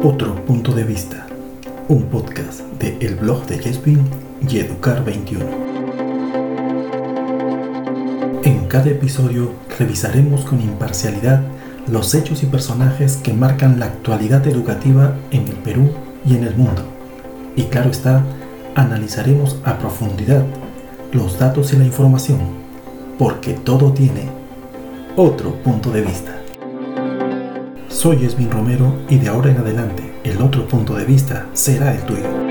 Otro punto de vista, un podcast de El Blog de Yesvin y Educar 21. En cada episodio revisaremos con imparcialidad los hechos y personajes que marcan la actualidad educativa en el Perú y en el mundo. Y claro está, analizaremos a profundidad los datos y la información, porque todo tiene otro punto de vista. Soy Yesvin Romero y de ahora en adelante el otro punto de vista será el tuyo.